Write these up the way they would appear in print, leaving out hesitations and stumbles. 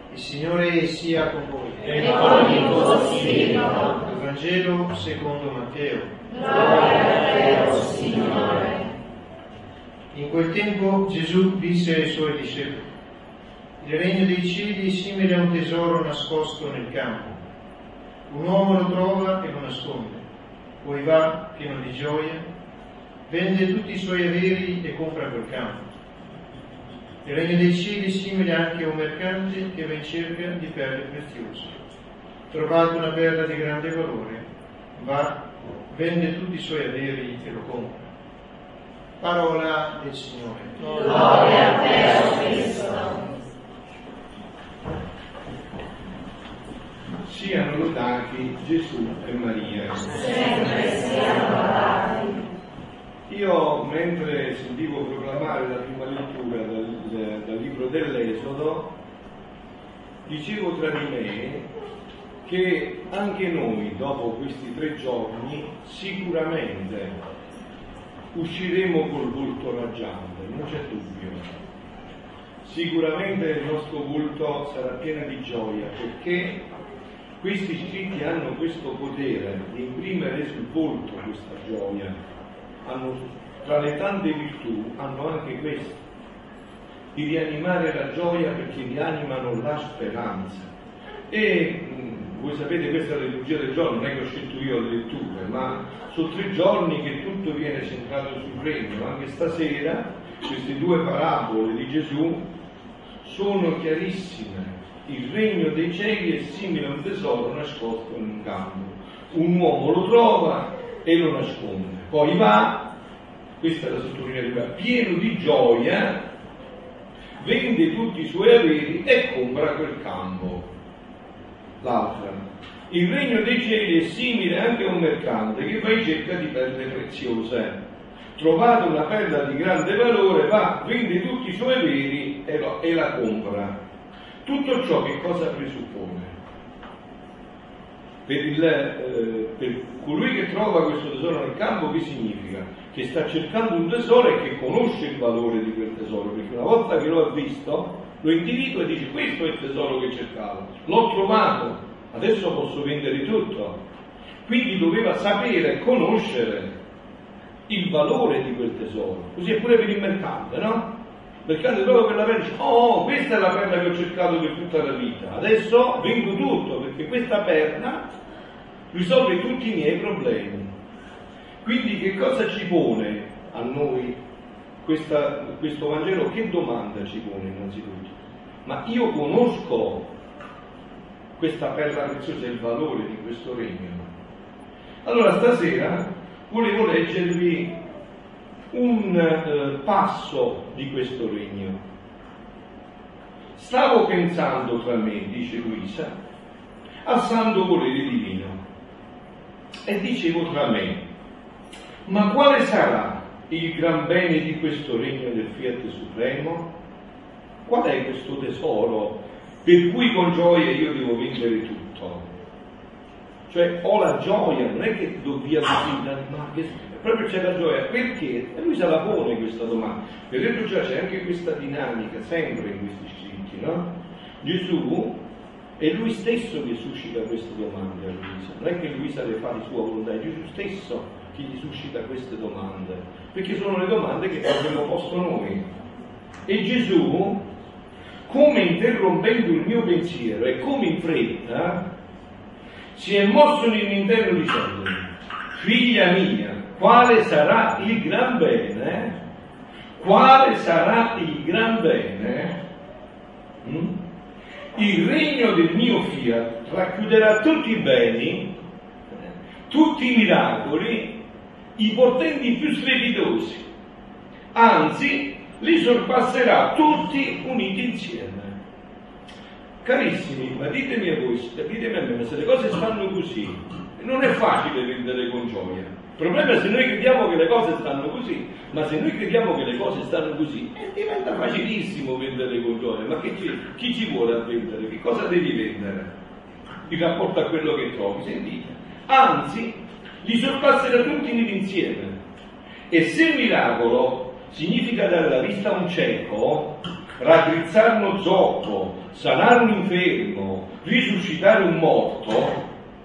Il Signore sia con voi. E con il tuo spirito. Il Vangelo secondo Matteo. Gloria a te, o Signore. In quel tempo Gesù disse ai suoi discepoli: il regno dei cieli è simile a un tesoro nascosto nel campo. Un uomo lo trova e lo nasconde, poi va, pieno di gioia, vende tutti i suoi averi e compra quel campo. Il regno dei cieli è simile anche a un mercante che va in cerca di perle preziose. Trovato una perla di grande valore, va, vende tutti i suoi averi e lo compra. Parola del Signore. Gloria a te, o Cristo. Siano lodati Gesù e Maria. Sempre siano lodati. Io, mentre sentivo proclamare la prima lettura dal libro dell'Esodo, dicevo tra di me che anche noi, dopo questi 3 giorni, sicuramente usciremo col volto raggiante, non c'è dubbio. Sicuramente il nostro volto sarà pieno di gioia, perché questi scritti hanno questo potere di imprimere sul volto questa gioia. Tra le tante virtù hanno anche questo, di rianimare la gioia, perché rianimano la speranza. E voi sapete, questa è la liturgia del giorno, non è che ho scelto io le letture, ma sono 3 giorni che tutto viene centrato sul regno. Anche stasera queste 2 parabole di Gesù sono chiarissime. Il regno dei cieli è simile a un tesoro nascosto in un campo. Un uomo lo trova e lo nasconde. Poi va, questa è la sottolineatura, pieno di gioia, vende tutti i suoi averi e compra quel campo. L'altra, il regno dei cieli è simile anche a un mercante che va in cerca di perle preziose. Trovata una perla di grande valore, va, vende tutti i suoi averi e la compra. Tutto ciò che cosa presuppone? Per colui che trova questo tesoro nel campo, che significa? Che sta cercando un tesoro e che conosce il valore di quel tesoro, perché una volta che lo ha visto, lo individua e dice: questo è il tesoro che cercavo, l'ho trovato, adesso posso vendere tutto. Quindi doveva sapere e conoscere il valore di quel tesoro. Così è pure per il mercante, no? Il mercante trova quella perla e dice: oh, questa è la perla che ho cercato per tutta la vita, adesso vendo tutto, perché questa perla risolve tutti i miei problemi. Quindi che cosa ci pone a noi questo Vangelo? Che domanda ci pone innanzitutto? Ma io conosco questa perla preziosa e il valore di questo regno? Allora stasera volevo leggervi un passo di questo regno. Stavo pensando tra me, dice Luisa, al santo volere divino, e dicevo tra me: ma quale sarà il gran bene di questo regno del Fiat Supremo? Qual è questo tesoro per cui con gioia io devo vendere tutto? Cioè ho la gioia, non è che dobbiamo dire, ma che proprio c'è la gioia, perché? E lui se la pone questa domanda. Vedete già c'è anche questa dinamica sempre in questi scritti, no? Gesù è lui stesso che suscita queste domande a Luisa, non è che Luisa le fa di sua volontà, è Gesù stesso che gli suscita queste domande, perché sono le domande che abbiamo posto noi. E Gesù, come interrompendo il mio pensiero e come in fretta, si è mosso nell'interno dicendomi: figlia mia, quale sarà il gran bene? Quale sarà il gran bene? Il regno del mio Fiat racchiuderà tutti i beni, tutti i miracoli, i portenti più strepitosi, anzi li sorpasserà tutti uniti insieme. Carissimi, ma ditemi a voi, ditemi a me, ma se le cose stanno così, non è facile vendere con gioia. Il problema è se noi crediamo che le cose stanno così, ma se noi crediamo che le cose stanno così, diventa facilissimo vendere con gioia. Ma chi ci vuole a vendere? Che cosa devi vendere? In rapporto a quello che trovi, sentite. Anzi, li sorpasserà tutti insieme. E se il miracolo significa dare la vista a un cieco, raddrizzare uno zoppo, sanare un infermo, risuscitare un morto,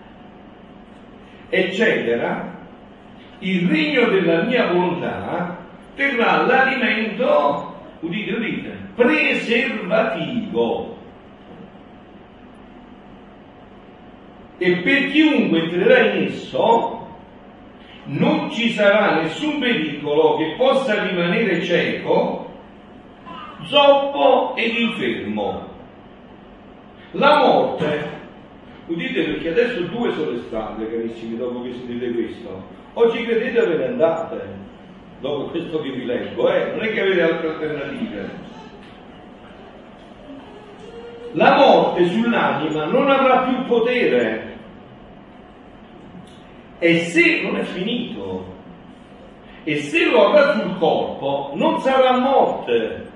eccetera, il regno della mia volontà terrà l'alimento, udite, preservativo. E per chiunque entrerà in esso non ci sarà nessun pericolo che possa rimanere cieco, zoppo ed infermo. La morte, udite, perché adesso 2 sono le strade, carissimi, dopo che sentite questo. O ci credete o ve ne andate, dopo questo che vi leggo, non è che avete altre alternative. La morte sull'anima non avrà più potere, e se non è finito, e se lo avrà sul corpo, non sarà morte,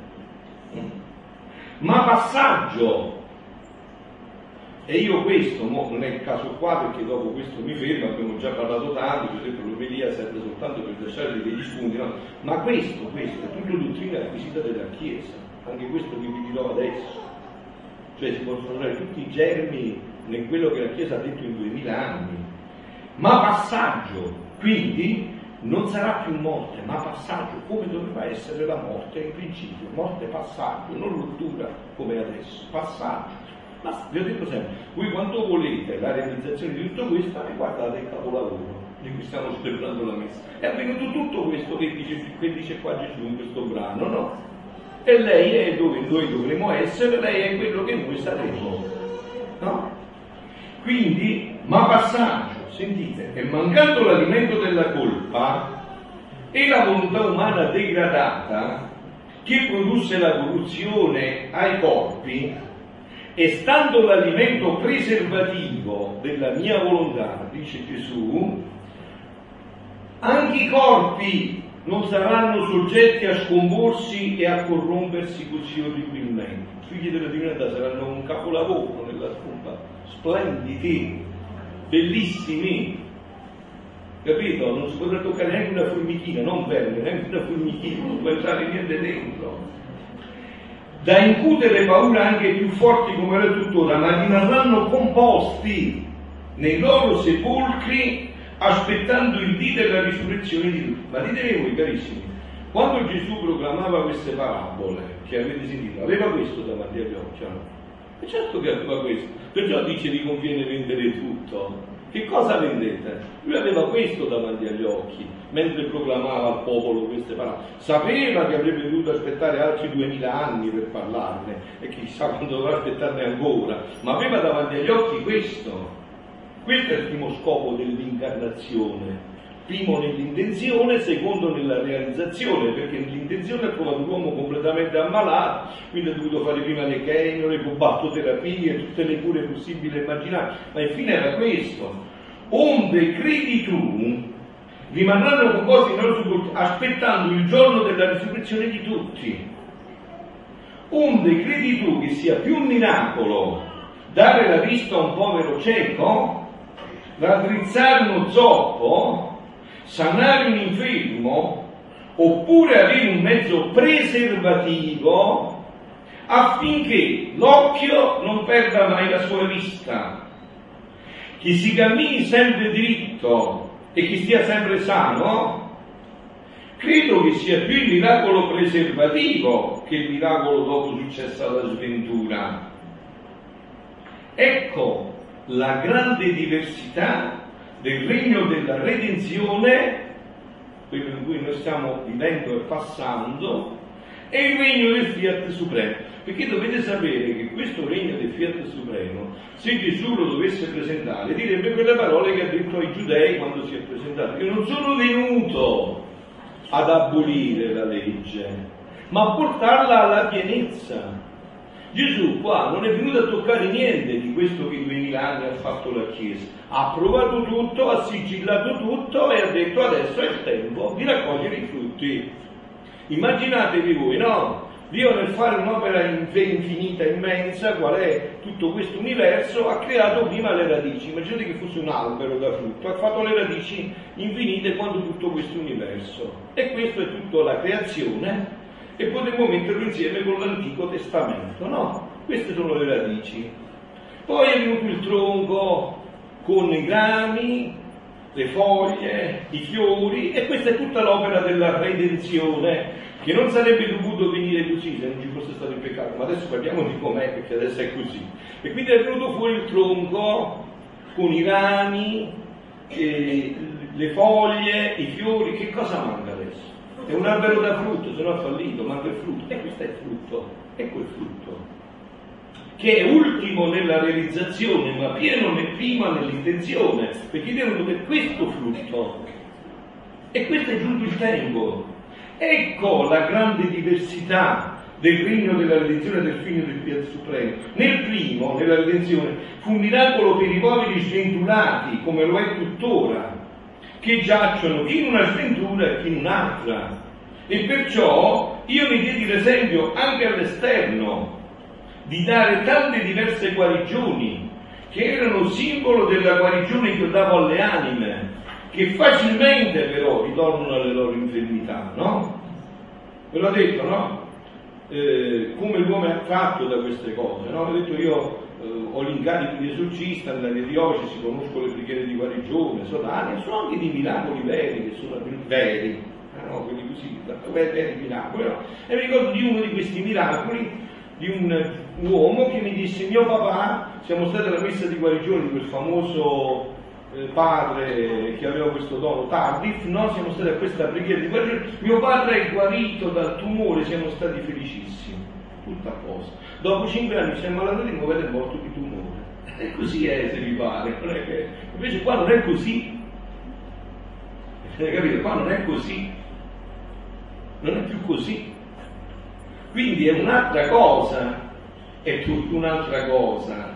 ma passaggio. E io questo, non è il caso qua perché dopo questo mi fermo, abbiamo già parlato tanto, per esempio l'omelia serve soltanto per lasciare degli spunti, no? Ma questo è tutta dottrina acquisita della Chiesa, anche questo che vi dirò adesso. Cioè si possono trovare tutti i germi in quello che la Chiesa ha detto in 2000 anni. Ma passaggio, quindi non sarà più morte, ma passaggio, come doveva essere la morte in principio, morte passaggio, non rottura come adesso, passaggio. Ma vi ho detto sempre, voi quando volete la realizzazione di tutto questo, guardate il capolavoro di cui stiamo celebrando la messa. È avvenuto tutto questo che dice qua Gesù in questo brano, no? E lei è dove noi dovremo essere, lei è quello che noi saremo, no? Quindi, ma passaggio, sentite, e mancando l'alimento della colpa e la volontà umana degradata che produsse la corruzione ai corpi, e stando l'alimento preservativo della mia volontà, dice Gesù, anche i corpi non saranno soggetti a scomporsi e a corrompersi così orribilmente. I figli della divinità saranno un capolavoro nella stampa, splendidi, bellissimi, capito? Non si potrà toccare neanche una formichina, non verme, neanche una formichina, non può entrare niente dentro. Da incutere paura anche più forti come era tuttora, ma rimarranno composti nei loro sepolcri aspettando il dì della risurrezione di tutti. Ma dite voi, carissimi, quando Gesù proclamava queste parabole che avete sentito, aveva questo davanti agli occhi? E certo che aveva questo, perciò dice vi conviene vendere tutto. Che cosa vendete? Lui aveva questo davanti agli occhi mentre proclamava al popolo queste parole. Sapeva che avrebbe dovuto aspettare altri 2000 anni per parlarne e chissà quando dovrà aspettarne ancora, ma aveva davanti agli occhi questo. Questo è il primo scopo dell'incarnazione. Primo nell'intenzione, secondo nella realizzazione, perché nell'intenzione ha trovato l'uomo completamente ammalato, quindi ha dovuto fare prima le chemio, le cobaltoterapie, tutte le cure possibili e immaginabili, ma infine era questo. Onde credi tu, rimarranno composti nei loro sepolcri, aspettando il giorno della risurrezione di tutti. Onde credi tu che sia più un miracolo dare la vista a un povero cieco, raddrizzare uno zoppo, sanare un infermo, oppure avere un mezzo preservativo affinché l'occhio non perda mai la sua vista, che si cammini sempre dritto e che stia sempre sano? Credo che sia più il miracolo preservativo che il miracolo dopo successa la sventura. Ecco la grande diversità del regno della redenzione, quello in cui noi stiamo vivendo e passando, e il regno del Fiat Supremo. Perché dovete sapere che questo regno del Fiat Supremo, se Gesù lo dovesse presentare, direbbe quelle parole che ha detto ai giudei quando si è presentato: io non sono venuto ad abolire la legge, ma a portarla alla pienezza. Gesù qua non è venuto a toccare niente di questo che in 2000 anni ha fatto la Chiesa, ha provato tutto, ha sigillato tutto e ha detto adesso è il tempo di raccogliere i frutti. Immaginatevi voi, no? Dio nel fare un'opera infinita, immensa, qual è tutto questo universo, ha creato prima le radici. Immaginate che fosse un albero da frutto, ha fatto le radici infinite quanto tutto questo universo. E questo è tutta la creazione, e potremmo metterlo insieme con l'Antico Testamento, no? Queste sono le radici. Poi è venuto il tronco con i rami, le foglie, i fiori, e questa è tutta l'opera della redenzione, che non sarebbe dovuto venire così se non ci fosse stato il peccato, ma adesso parliamo di com'è, perché adesso è così. E quindi è venuto fuori il tronco con i rami, le foglie, i fiori. Che cosa manca adesso? È un albero da frutto, se no ha fallito, manca il frutto. E questo è il frutto, è quel frutto, che è ultimo nella realizzazione, ma pieno prima nell'intenzione, perché Dio non per questo frutto. E questo è giunto il tempo. Ecco la grande diversità del regno della redenzione del Figlio del Dio Supremo. Nel primo, nella redenzione, fu un miracolo per i poveri sventulati, come lo è tuttora, che giacciono chi in una sventura e chi in un'altra. E perciò io mi diedi l'esempio anche all'esterno di dare tante diverse guarigioni, che erano simbolo della guarigione che io davo alle anime, che facilmente però ritornano alle loro infermità, no? Ve l'ho detto, no? Come l'uomo è attratto da queste cose, no? Ho detto io ho l'incarico di esorcista nella mia diocesi, conosco le preghiere di guarigione, sono anche di miracoli veri, che sono veri, no? Quelli così, veri miracoli, no? E mi ricordo di uno di questi miracoli, di un uomo che mi disse: mio papà, siamo stati alla messa di guarigione di quel famoso padre che aveva questo dono Tardif, no? Siamo stati a questa preghiera di guarigione, mio padre è guarito dal tumore, siamo stati felicissimi, tutto a posto. Dopo 5 anni si è ammalato di nuovo ed è morto di tumore. E così è, se vi pare, non è che... Invece qua non è così, capite? Qua non è così, non è più così. Quindi è un'altra cosa, è tutta un'altra cosa.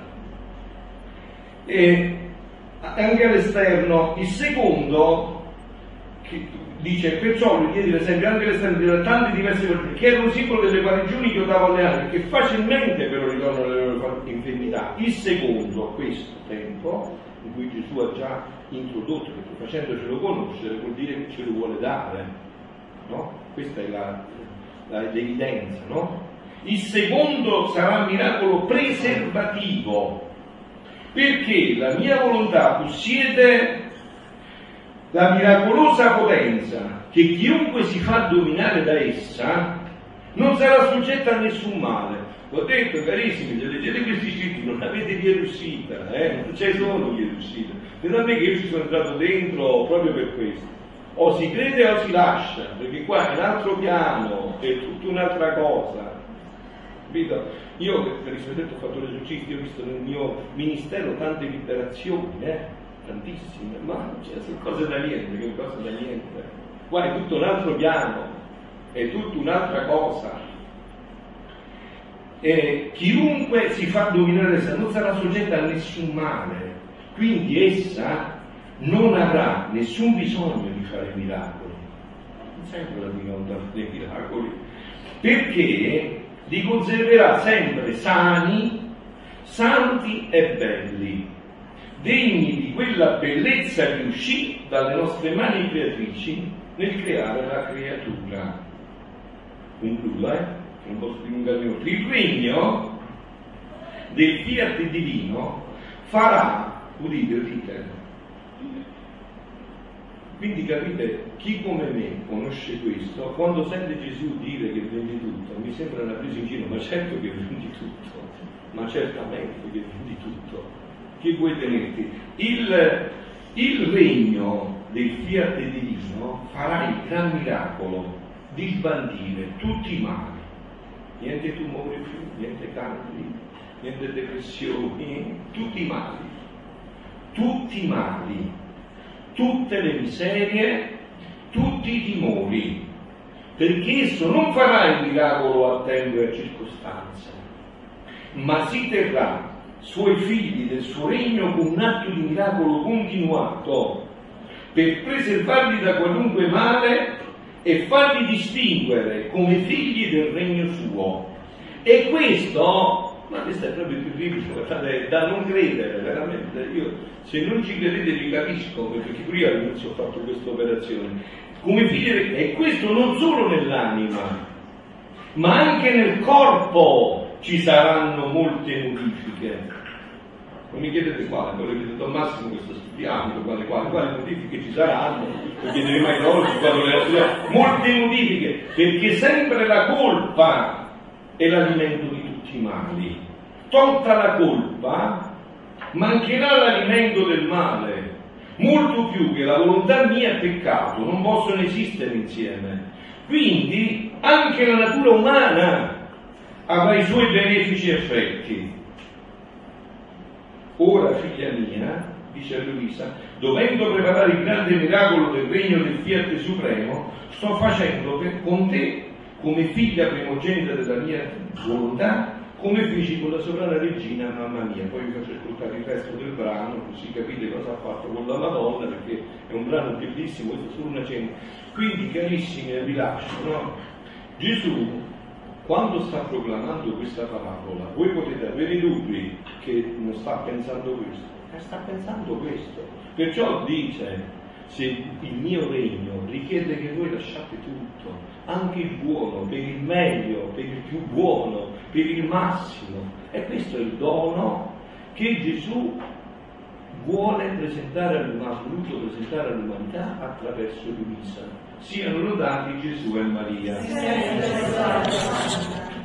E anche all'esterno, il secondo, che dice, perciò lui diede l'esempio anche all'esterno di tante diverse guarigioni, che erano simbolo delle guarigioni che io davo alle anime, che facilmente però ritornano alle loro infermità. Il secondo, questo tempo, in cui Gesù ha già introdotto, perché facendocelo conoscere vuol dire che ce lo vuole dare, no? Questa è l'evidenza, no? Il secondo sarà un miracolo preservativo, perché la mia volontà possiede la miracolosa potenza che chiunque si fa dominare da essa non sarà soggetta a nessun male. Ho detto, carissimi, se leggete questi scritti non avete via d'uscita, non c'è solo via d'uscita. Non è che io ci sono entrato dentro proprio per questo. O si crede o si lascia, perché qua è un altro piano, è tutta un'altra cosa. Capito? Io, per rispetto ho fatto l'esorcista, ho visto nel mio ministero tante liberazioni, tantissime, ma sono cose da niente, che cose da niente. Qua è tutto un altro piano, è tutta un'altra cosa. E chiunque si fa dominare da essa non sarà soggetta a nessun male, quindi essa non avrà nessun bisogno di fare miracoli. Non sempre la dicono dei miracoli, perché li conserverà sempre sani, santi e belli, degni di quella bellezza che uscì dalle nostre mani creatrici nel creare la creatura. Concludo, non posso dilungarmi oltre. Il regno del fiat divino farà, udite, quindi capite, chi come me conosce questo, quando sente Gesù dire che vendi tutto, mi sembra una presa in giro, ma certo che vendi tutto, ma certamente che vendi tutto. Che vuoi tenerti? Il regno del fiat divino farà il gran miracolo di sbandire tutti i mali. Niente tumori più, niente cancri, niente depressioni, tutti i mali, tutte le miserie, tutti i timori, perché esso non farà il miracolo a tempo e a circostanza, ma si terrà suoi figli del suo regno con un atto di miracolo continuato, per preservarli da qualunque male e farli distinguere come figli del regno suo. E questo, ma questo è proprio terribile, guardate, da non credere, veramente. Io, se non ci credete, vi capisco, perché pure io all'inizio ho fatto questa operazione. Come figli, e questo non solo nell'anima, ma anche nel corpo, ci saranno molte modifiche. Non mi chiedete quale, poi lo chiedo a Massimo questo studiando, quali modifiche ci saranno, lo chiederei mai molte modifiche, perché sempre la colpa è l'alimento di tutti i mali. Tolta la colpa, mancherà l'alimento del male, molto più che la volontà mia e il peccato non possono esistere insieme. Quindi anche la natura umana avrà i suoi benefici effetti. Ora, figlia mia, dice a Luisa, dovendo preparare il grande miracolo del regno del Fiat Supremo, sto facendo con te, come figlia primogenita della mia volontà, come feci con la sovrana regina, mamma mia. Poi vi faccio ascoltare il resto del brano, così capite cosa ha fatto con la Madonna, perché è un brano bellissimo, questo è solo una cena. Quindi, carissimi, vi lascio, no? Gesù, quando sta proclamando questa parabola, voi potete avere dubbi che non sta pensando questo, sta pensando questo. Perciò dice, se il mio regno richiede che voi lasciate tutto, anche il buono, per il meglio, per il più buono, per il massimo, e questo è il dono che Gesù vuole presentare all'umanità, ha voluto presentare all'umanità attraverso Luisa. Siano lodati Gesù e Maria.